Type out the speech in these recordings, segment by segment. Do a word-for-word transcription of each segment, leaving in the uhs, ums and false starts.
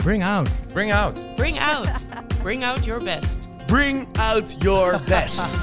Bring out. Bring out. Bring out. Bring out your best. Bring out your best.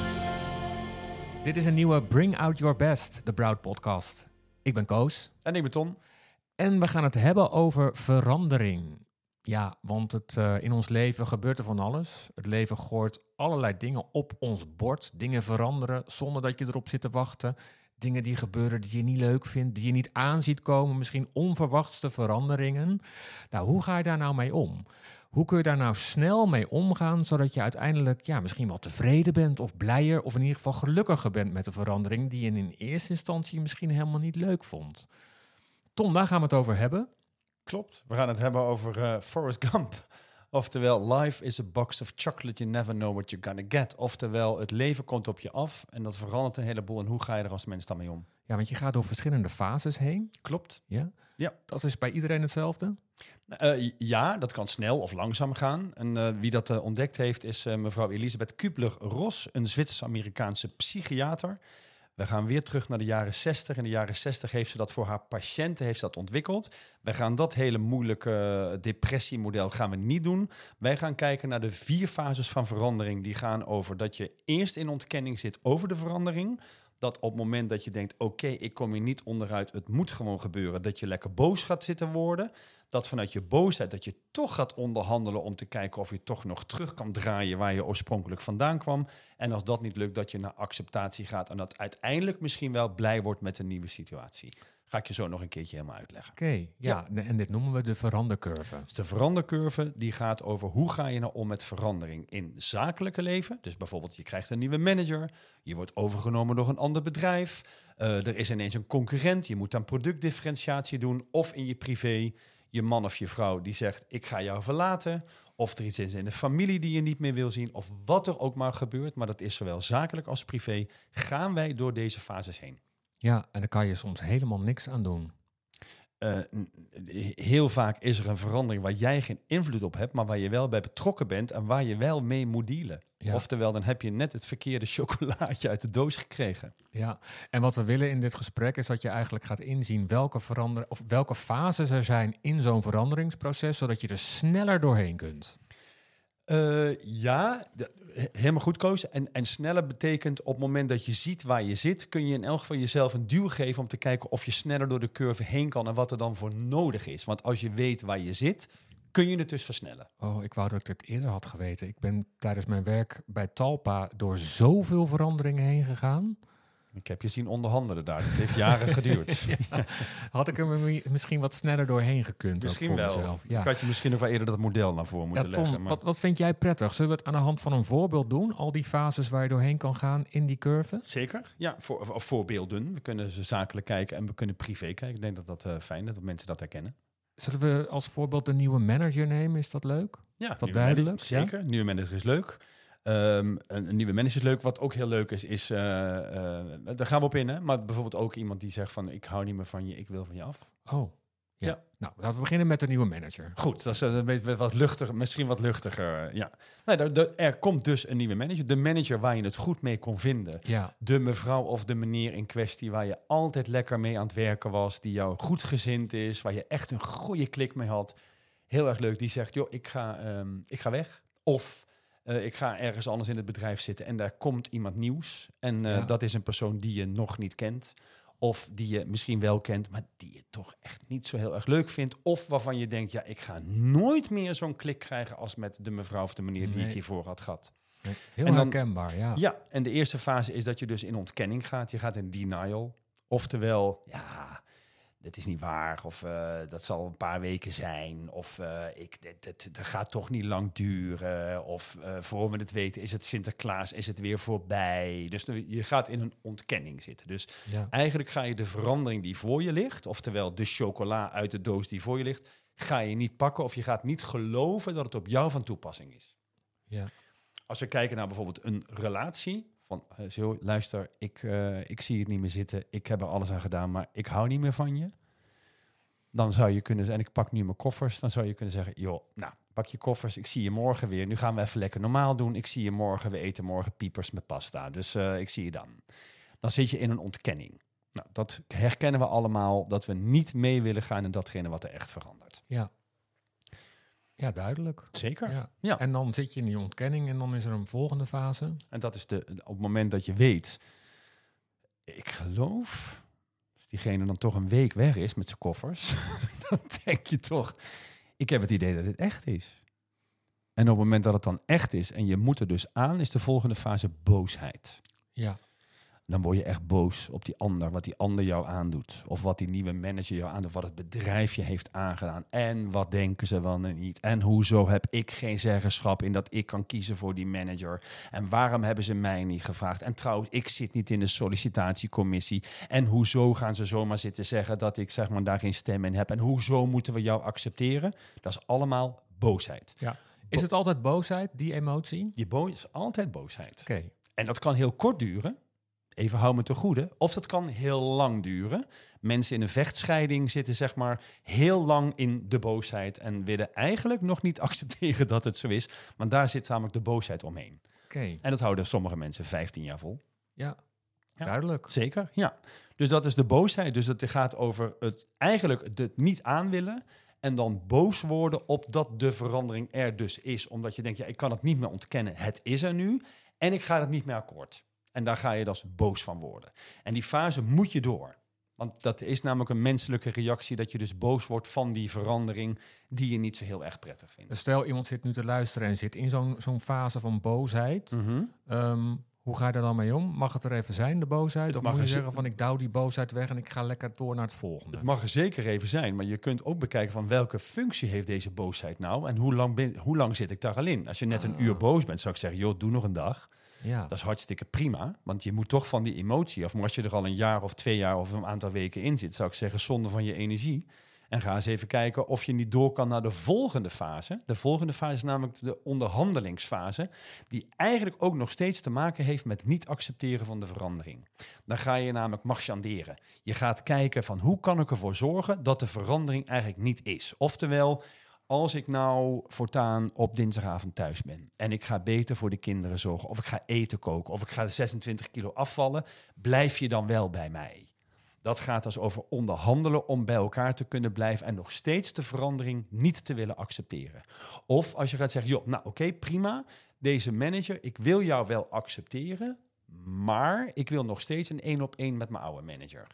Dit is een nieuwe Bring Out Your Best, de Broud podcast. Ik ben Koos. En ik ben Ton. En we gaan het hebben over verandering. Ja, want het, uh, in ons leven gebeurt er van alles. Het leven gooit allerlei dingen op ons bord. Dingen veranderen zonder dat je erop zit te wachten. Dingen die gebeuren die je niet leuk vindt, die je niet aan ziet komen. Misschien onverwachte veranderingen. Nou, hoe ga je daar nou mee om? Hoe kun je daar nou snel mee omgaan, zodat je uiteindelijk ja, misschien wel tevreden bent of blijer of in ieder geval gelukkiger bent met de verandering die je in eerste instantie misschien helemaal niet leuk vond. Tom, daar gaan we het over hebben. Klopt. We gaan het hebben over uh, Forrest Gump. Oftewel, life is a box of chocolate, you never know what you're gonna get. Oftewel, het leven komt op je af en dat verandert een heleboel. En hoe ga je er als mens dan mee om? Ja, want je gaat door verschillende fases heen. Klopt. Ja? Ja. Dat is bij iedereen hetzelfde? Uh, ja, dat kan snel of langzaam gaan. En uh, wie dat uh, ontdekt heeft is uh, mevrouw Elisabeth Kübler-Ross, een Zwitsers-Amerikaanse psychiater. We gaan weer terug naar de jaren zestig. In de jaren zestig heeft ze dat voor haar patiënten heeft ze dat ontwikkeld. Wij gaan dat hele moeilijke depressiemodel gaan we niet doen. Wij gaan kijken naar de vier fases van verandering. Die gaan over dat je eerst in ontkenning zit over de verandering. Dat op het moment dat je denkt, oké, okay, ik kom hier niet onderuit, het moet gewoon gebeuren. Dat je lekker boos gaat zitten worden. Dat vanuit je boosheid dat je toch gaat onderhandelen om te kijken of je toch nog terug kan draaien waar je oorspronkelijk vandaan kwam. En als dat niet lukt, dat je naar acceptatie gaat en dat uiteindelijk misschien wel blij wordt met een nieuwe situatie. Ga ik je zo nog een keertje helemaal uitleggen. Oké, okay, ja, ja, en dit noemen we de verandercurve. Dus de verandercurve die gaat over hoe ga je nou om met verandering in zakelijke leven. Dus bijvoorbeeld je krijgt een nieuwe manager, je wordt overgenomen door een ander bedrijf. Uh, er is ineens een concurrent, je moet dan productdifferentiatie doen. Of in je privé, je man of je vrouw die zegt ik ga jou verlaten. Of er iets is in de familie die je niet meer wil zien. Of wat er ook maar gebeurt, maar dat is zowel zakelijk als privé. Gaan wij door deze fases heen. Ja, en daar kan je soms helemaal niks aan doen. Uh, heel vaak is er een verandering waar jij geen invloed op hebt, maar waar je wel bij betrokken bent en waar je wel mee moet dealen. Ja. Oftewel, dan heb je net het verkeerde chocolaatje uit de doos gekregen. Ja, en wat we willen in dit gesprek is dat je eigenlijk gaat inzien welke, verander- of welke fases er zijn in zo'n veranderingsproces, zodat je er sneller doorheen kunt. Uh, ja, de, helemaal goed, Koos. En, en sneller betekent op het moment dat je ziet waar je zit, kun je in elk geval jezelf een duw geven om te kijken of je sneller door de curve heen kan en wat er dan voor nodig is. Want als je weet waar je zit, kun je het dus versnellen. Oh, ik wou dat ik dit eerder had geweten. Ik ben tijdens mijn werk bij Talpa door zoveel veranderingen heen gegaan. Ik heb je zien onderhandelen daar. Het heeft jaren geduurd. Ja, had ik er misschien wat sneller doorheen gekund. Misschien voor wel. Mezelf. Ja. Ik had je misschien nog wel eerder dat model naar voren moeten ja, Tom, leggen. Maar... Wat, wat vind jij prettig? Zullen we het aan de hand van een voorbeeld doen? Al die fases waar je doorheen kan gaan in die curve? Zeker, ja. Voor, of voorbeelden. We kunnen ze zakelijk kijken en we kunnen privé kijken. Ik denk dat dat uh, fijn is, dat mensen dat herkennen. Zullen we als voorbeeld de nieuwe manager nemen? Is dat leuk? Ja, is dat duidelijk? Manager, zeker. Ja? Nieuwe manager is leuk. Um, een, een nieuwe manager is leuk. Wat ook heel leuk is, is... Uh, uh, daar gaan we op in, hè. Maar bijvoorbeeld ook iemand die zegt van... ik hou niet meer van je, ik wil van je af. Oh, ja. ja. Nou, laten we beginnen met de nieuwe manager. Goed, dat is een beetje wat luchtiger, misschien wat luchtiger, ja. Nee, er, er, er komt dus een nieuwe manager. De manager waar je het goed mee kon vinden. Ja. De mevrouw of de meneer in kwestie waar je altijd lekker mee aan het werken was. Die jou goed gezind is, waar je echt een goede klik mee had. Heel erg leuk. Die zegt, joh, ik ga, um, ik ga weg. Of... Uh, ik ga ergens anders in het bedrijf zitten en daar komt iemand nieuws. En uh, ja. dat is een persoon die je nog niet kent. Of die je misschien wel kent, maar die je toch echt niet zo heel erg leuk vindt. Of waarvan je denkt, ja, ik ga nooit meer zo'n klik krijgen als met de mevrouw of de meneer die nee. ik hiervoor had gehad. Nee. Heel en dan, herkenbaar, ja. Ja, en de eerste fase is dat je dus in ontkenning gaat. Je gaat in denial. Oftewel, ja... het is niet waar, of uh, dat zal een paar weken zijn, of uh, ik, dit, dit, dat gaat toch niet lang duren, of uh, voor we het weten is het Sinterklaas, is het weer voorbij. Dus je gaat in een ontkenning zitten. Dus ja. eigenlijk ga je de verandering die voor je ligt, oftewel de chocola uit de doos die voor je ligt, ga je niet pakken of je gaat niet geloven dat het op jou van toepassing is. Ja. Als we kijken naar bijvoorbeeld een relatie, van uh, zo, luister, ik, uh, ik zie het niet meer zitten, ik heb er alles aan gedaan, maar ik hou niet meer van je. Dan zou je kunnen zeggen, en ik pak nu mijn koffers, dan zou je kunnen zeggen, joh, nou, pak je koffers, ik zie je morgen weer. Nu gaan we even lekker normaal doen. Ik zie je morgen, we eten morgen piepers met pasta. Dus uh, ik zie je dan. Dan zit je in een ontkenning. Nou, dat herkennen we allemaal, dat we niet mee willen gaan in datgene wat er echt verandert. Ja. Ja, duidelijk. Zeker. Ja. Ja. En dan zit je in die ontkenning en dan is er een volgende fase. En dat is de, op het moment dat je weet, ik geloof, als diegene dan toch een week weg is met zijn koffers, dan denk je toch, ik heb het idee dat het echt is. En op het moment dat het dan echt is en je moet er dus aan, is de volgende fase boosheid. Ja. Dan word je echt boos op die ander, wat die ander jou aandoet. Of wat die nieuwe manager jou aandoet, wat het bedrijf je heeft aangedaan. En wat denken ze wel en niet. En hoezo heb ik geen zeggenschap in dat ik kan kiezen voor die manager. En waarom hebben ze mij niet gevraagd? En trouwens, ik zit niet in de sollicitatiecommissie. En hoezo gaan ze zomaar zitten zeggen dat ik zeg maar daar geen stem in heb? En hoezo moeten we jou accepteren? Dat is allemaal boosheid. Ja. Is het altijd boosheid, die emotie? Je boos is altijd boosheid. Oké. En dat kan heel kort duren. Even hou me te goede. Of dat kan heel lang duren. Mensen in een vechtscheiding zitten zeg maar heel lang in de boosheid en willen eigenlijk nog niet accepteren dat het zo is. Want daar zit namelijk de boosheid omheen. Oké. En dat houden sommige mensen vijftien jaar vol. Ja. Ja. Duidelijk. Zeker, ja. Dus dat is de boosheid. Dus het gaat over het eigenlijk het niet aanwillen en dan boos worden op dat de verandering er dus is. Omdat je denkt, ja, ik kan het niet meer ontkennen. Het is er nu en ik ga het niet meer akkoord. En daar ga je dus boos van worden. En die fase moet je door. Want dat is namelijk een menselijke reactie, dat je dus boos wordt van die verandering die je niet zo heel erg prettig vindt. Dus stel, iemand zit nu te luisteren en zit in zo'n zo'n fase van boosheid. Mm-hmm. Um, hoe ga je daar dan mee om? Mag het er even zijn, de boosheid? Het Of mag moet je er zeggen z- van ik douw die boosheid weg en ik ga lekker door naar het volgende? Het mag er zeker even zijn, maar je kunt ook bekijken van welke functie heeft deze boosheid nou en hoe lang, ben, hoe lang zit ik daar al in? Als je net een Ah. uur boos bent, zou ik zeggen, joh, doe nog een dag. Ja. Dat is hartstikke prima, want je moet toch van die emotie af. Maar als je er al een jaar of twee jaar of een aantal weken in zit, zou ik zeggen, zonde van je energie. En ga eens even kijken of je niet door kan naar de volgende fase. De volgende fase is namelijk de onderhandelingsfase, die eigenlijk ook nog steeds te maken heeft met niet accepteren van de verandering. Dan ga je namelijk marchanderen. Je gaat kijken van hoe kan ik ervoor zorgen dat de verandering eigenlijk niet is. Oftewel, als ik nou voortaan op dinsdagavond thuis ben en ik ga beter voor de kinderen zorgen, of ik ga eten koken, of ik ga de zesentwintig kilo afvallen, blijf je dan wel bij mij? Dat gaat dus over onderhandelen om bij elkaar te kunnen blijven en nog steeds de verandering niet te willen accepteren. Of als je gaat zeggen, joh, nou oké, okay, prima, deze manager, ik wil jou wel accepteren, maar ik wil nog steeds een één op één met mijn oude manager.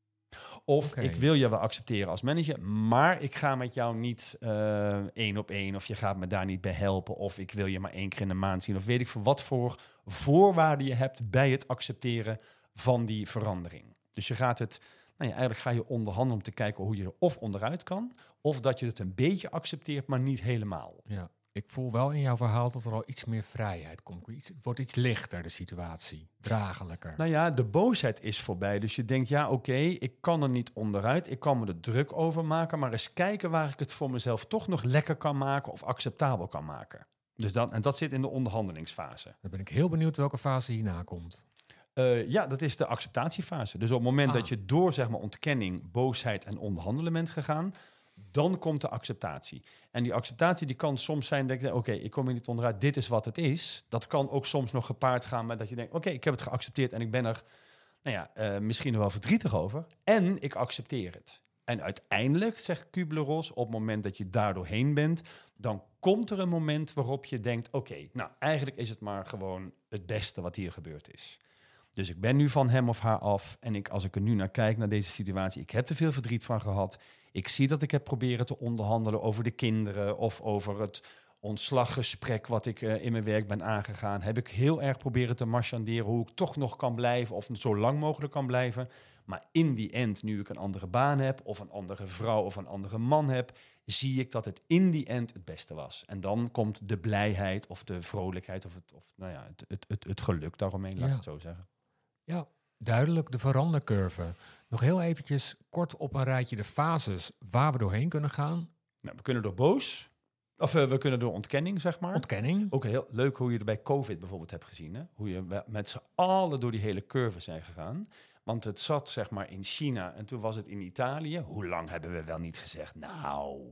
Of Okay. ik wil je wel accepteren als manager, maar ik ga met jou niet uh, één op één, of je gaat me daar niet bij helpen, of ik wil je maar één keer in de maand zien, of weet ik voor wat voor voorwaarden je hebt bij het accepteren van die verandering. Dus je gaat het, nou ja, eigenlijk ga je onderhandelen om te kijken hoe je er of onderuit kan, of dat je het een beetje accepteert, maar niet helemaal. Ja. Ik voel wel in jouw verhaal dat er al iets meer vrijheid komt. Iets, het wordt iets lichter, de situatie. Dragelijker. Nou ja, de boosheid is voorbij. Dus je denkt, ja, oké, okay, ik kan er niet onderuit. Ik kan me er druk over maken. Maar eens kijken waar ik het voor mezelf toch nog lekker kan maken of acceptabel kan maken. Dus dat, en dat zit in de onderhandelingsfase. Dan ben ik heel benieuwd welke fase hierna komt. Uh, ja, dat is de acceptatiefase. Dus op het moment ah. dat je door zeg maar, ontkenning, boosheid en onderhandelen bent gegaan, dan komt de acceptatie. En die acceptatie die kan soms zijn dat je denkt, oké, okay, ik kom hier niet onderuit, dit is wat het is. Dat kan ook soms nog gepaard gaan met dat je denkt, oké, okay, ik heb het geaccepteerd en ik ben er nou ja, uh, misschien nog wel verdrietig over. En ik accepteer het. En uiteindelijk, zegt Kübler-Ross, op het moment dat je daar doorheen bent, dan komt er een moment waarop je denkt, oké, okay, nou, eigenlijk is het maar gewoon het beste wat hier gebeurd is. Dus ik ben nu van hem of haar af. En ik, als ik er nu naar kijk, naar deze situatie, ik heb er veel verdriet van gehad. Ik zie dat ik heb proberen te onderhandelen over de kinderen of over het ontslaggesprek wat ik uh, in mijn werk ben aangegaan. Heb ik heel erg proberen te marchanderen hoe ik toch nog kan blijven of zo lang mogelijk kan blijven. Maar in die end, nu ik een andere baan heb of een andere vrouw of een andere man heb, zie ik dat het in die end het beste was. En dan komt de blijheid of de vrolijkheid of het, of, nou ja, het, het, het, het geluk daaromheen, laat ik Ja. het zo zeggen. Ja, duidelijk de verandercurve. Nog heel eventjes kort op een rijtje de fases waar we doorheen kunnen gaan. Nou, we kunnen door boos, of uh, we kunnen door ontkenning, zeg maar. Ontkenning. Ook heel leuk hoe je er bij COVID bijvoorbeeld hebt gezien. Hè? Hoe je met z'n allen door die hele curve zijn gegaan. Want het zat zeg maar in China en toen was het in Italië. Hoe lang hebben we wel niet gezegd? Nou,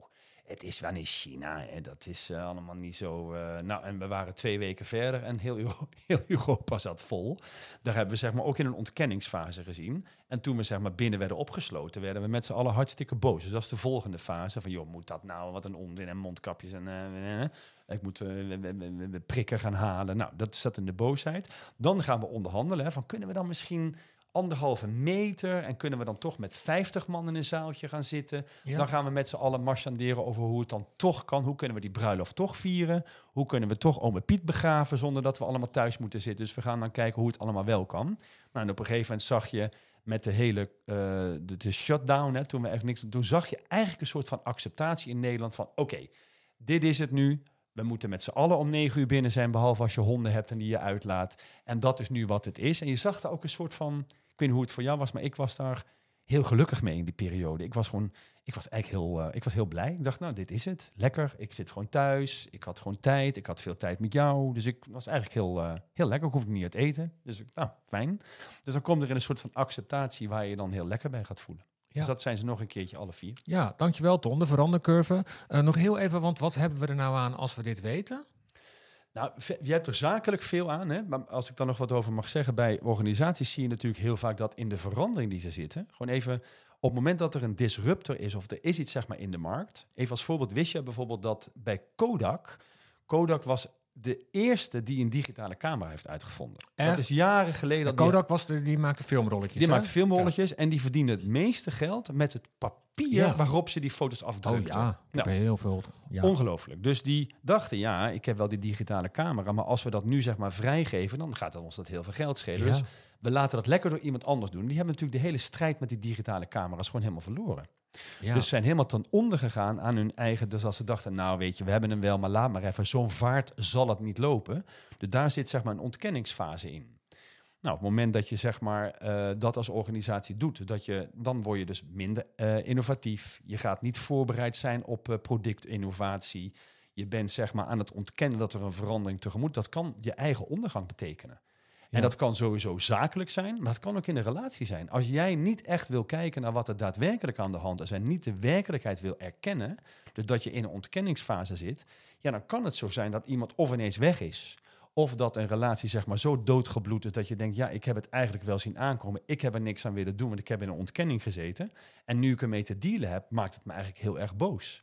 Het is wel in China, hè. Dat is uh, allemaal niet zo... Uh, nou, en we waren twee weken verder en heel, Euro- heel Europa zat vol. Daar hebben we zeg maar ook in een ontkenningsfase gezien. En toen we zeg maar binnen werden opgesloten, werden we met z'n allen hartstikke boos. Dus dat is de volgende fase van, joh, moet dat nou? Wat een onzin en mondkapjes en... Uh, uh, ik moet uh, uh, prikken gaan halen. Nou, dat zat in de boosheid. Dan gaan we onderhandelen, hè, van kunnen we dan misschien... anderhalve meter en kunnen we dan toch met vijftig man in een zaaltje gaan zitten. Ja. Dan gaan we met z'n allen marchanderen over hoe het dan toch kan. Hoe kunnen we die bruiloft toch vieren? Hoe kunnen we toch ome Piet begraven zonder dat we allemaal thuis moeten zitten? Dus we gaan dan kijken hoe het allemaal wel kan. Nou, en op een gegeven moment zag je met de hele uh, de, de shutdown, hè, toen we echt niks, toen zag je eigenlijk een soort van acceptatie in Nederland van oké, okay, dit is het nu. We moeten met z'n allen om negen uur binnen zijn, behalve als je honden hebt en die je uitlaat. En dat is nu wat het is. En je zag daar ook een soort van... Ik weet niet hoe het voor jou was, maar ik was daar heel gelukkig mee in die periode. Ik was gewoon, ik was eigenlijk heel, uh, ik was heel blij. Ik dacht, nou, dit is het. Lekker. Ik zit gewoon thuis. Ik had gewoon tijd. Ik had veel tijd met jou. Dus ik was eigenlijk heel, uh, heel lekker. Ik hoefde niet uit eten. Dus ik, nou, fijn. Dus dan komt er in een soort van acceptatie waar je je dan heel lekker bij gaat voelen. Ja. Dus dat zijn ze nog een keertje alle vier. Ja, dankjewel Ton, de verandercurve. Uh, nog heel even, want wat hebben we er nou aan als we dit weten? Nou, je hebt er zakelijk veel aan, hè? Maar als ik dan nog wat over mag zeggen, bij organisaties zie je natuurlijk heel vaak dat in de verandering die ze zitten, gewoon even op het moment dat er een disruptor is of er is iets zeg maar in de markt. Even als voorbeeld, wist je bijvoorbeeld dat bij Kodak, Kodak was de eerste die een digitale camera heeft uitgevonden. Echt? Dat is jaren geleden. Dat Kodak die, was de, die maakte filmrolletjes. Die hè? maakte filmrolletjes ja. En die verdiende het meeste geld met het papier ja. waarop ze die foto's afdrukten. Oh ja, nou, heel veel. Ja. Ongelooflijk. Dus die dachten, ja, ik heb wel die digitale camera, maar als we dat nu zeg maar vrijgeven, dan gaat ons dat heel veel geld schelen. Ja. Dus we laten dat lekker door iemand anders doen. Die hebben natuurlijk de hele strijd met die digitale camera's gewoon helemaal verloren. Ja. Dus ze zijn helemaal ten onder gegaan aan hun eigen... Dus als ze dachten, nou weet je, we hebben hem wel, maar laat maar even. Zo'n vaart zal het niet lopen. Dus daar zit zeg maar een ontkenningsfase in. Nou, op het moment dat je zeg maar uh, dat als organisatie doet, dat je, dan word je dus minder uh, innovatief. Je gaat niet voorbereid zijn op uh, productinnovatie. Je bent zeg maar aan het ontkennen dat er een verandering tegemoet. Dat kan je eigen ondergang betekenen. Ja. En dat kan sowieso zakelijk zijn, maar dat kan ook in een relatie zijn. Als jij niet echt wil kijken naar wat er daadwerkelijk aan de hand is en niet de werkelijkheid wil erkennen, dus dat je in een ontkenningsfase zit, ja, dan kan het zo zijn dat iemand of ineens weg is, of dat een relatie zeg maar zo doodgebloed is dat je denkt, ja, ik heb het eigenlijk wel zien aankomen, ik heb er niks aan willen doen, want ik heb in een ontkenning gezeten. En nu ik ermee te dealen heb, maakt het me eigenlijk heel erg boos.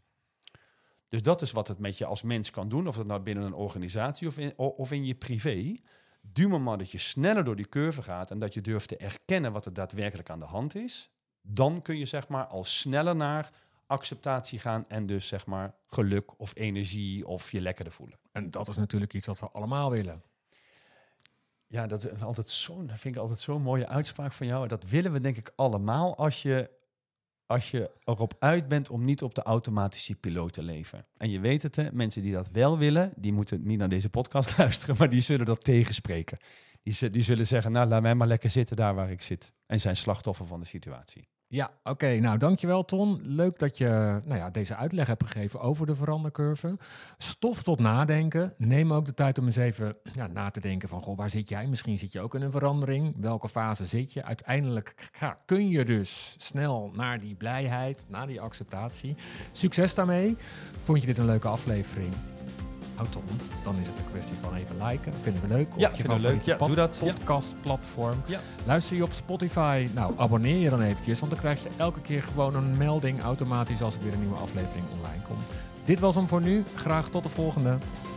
Dus dat is wat het met je als mens kan doen, of het nou binnen een organisatie of in, of in je privé. Duw maar dat je sneller door die curve gaat en dat je durft te erkennen wat er daadwerkelijk aan de hand is. Dan kun je zeg maar al sneller naar acceptatie gaan en dus zeg maar geluk of energie of je lekkerder voelen. En dat is natuurlijk iets wat we allemaal willen. Ja, dat is altijd zo'n, dat vind ik altijd zo'n mooie uitspraak van jou. Dat willen we denk ik allemaal als je, als je erop uit bent om niet op de automatische piloot te leven. En je weet het, hè, mensen die dat wel willen, die moeten niet naar deze podcast luisteren, maar die zullen dat tegenspreken. Die, die zullen zeggen, nou, laat mij maar lekker zitten daar waar ik zit. En zijn slachtoffer van de situatie. Ja, oké. Okay, nou, dankjewel Ton. Leuk dat je nou ja, deze uitleg hebt gegeven over de verandercurve. Stof tot nadenken. Neem ook de tijd om eens even ja, na te denken van, goh, waar zit jij? Misschien zit je ook in een verandering. Welke fase zit je? Uiteindelijk ja, kun je dus snel naar die blijheid, naar die acceptatie. Succes daarmee. Vond je dit een leuke aflevering? Tom, dan is het een kwestie van even liken. Vinden we leuk. Ja, op je vinden we leuk. Ja, pad- doe dat. Podcastplatform. Ja. Luister je op Spotify? Nou, abonneer je dan eventjes, want dan krijg je elke keer gewoon een melding automatisch als er weer een nieuwe aflevering online komt. Dit was hem voor nu. Graag tot de volgende.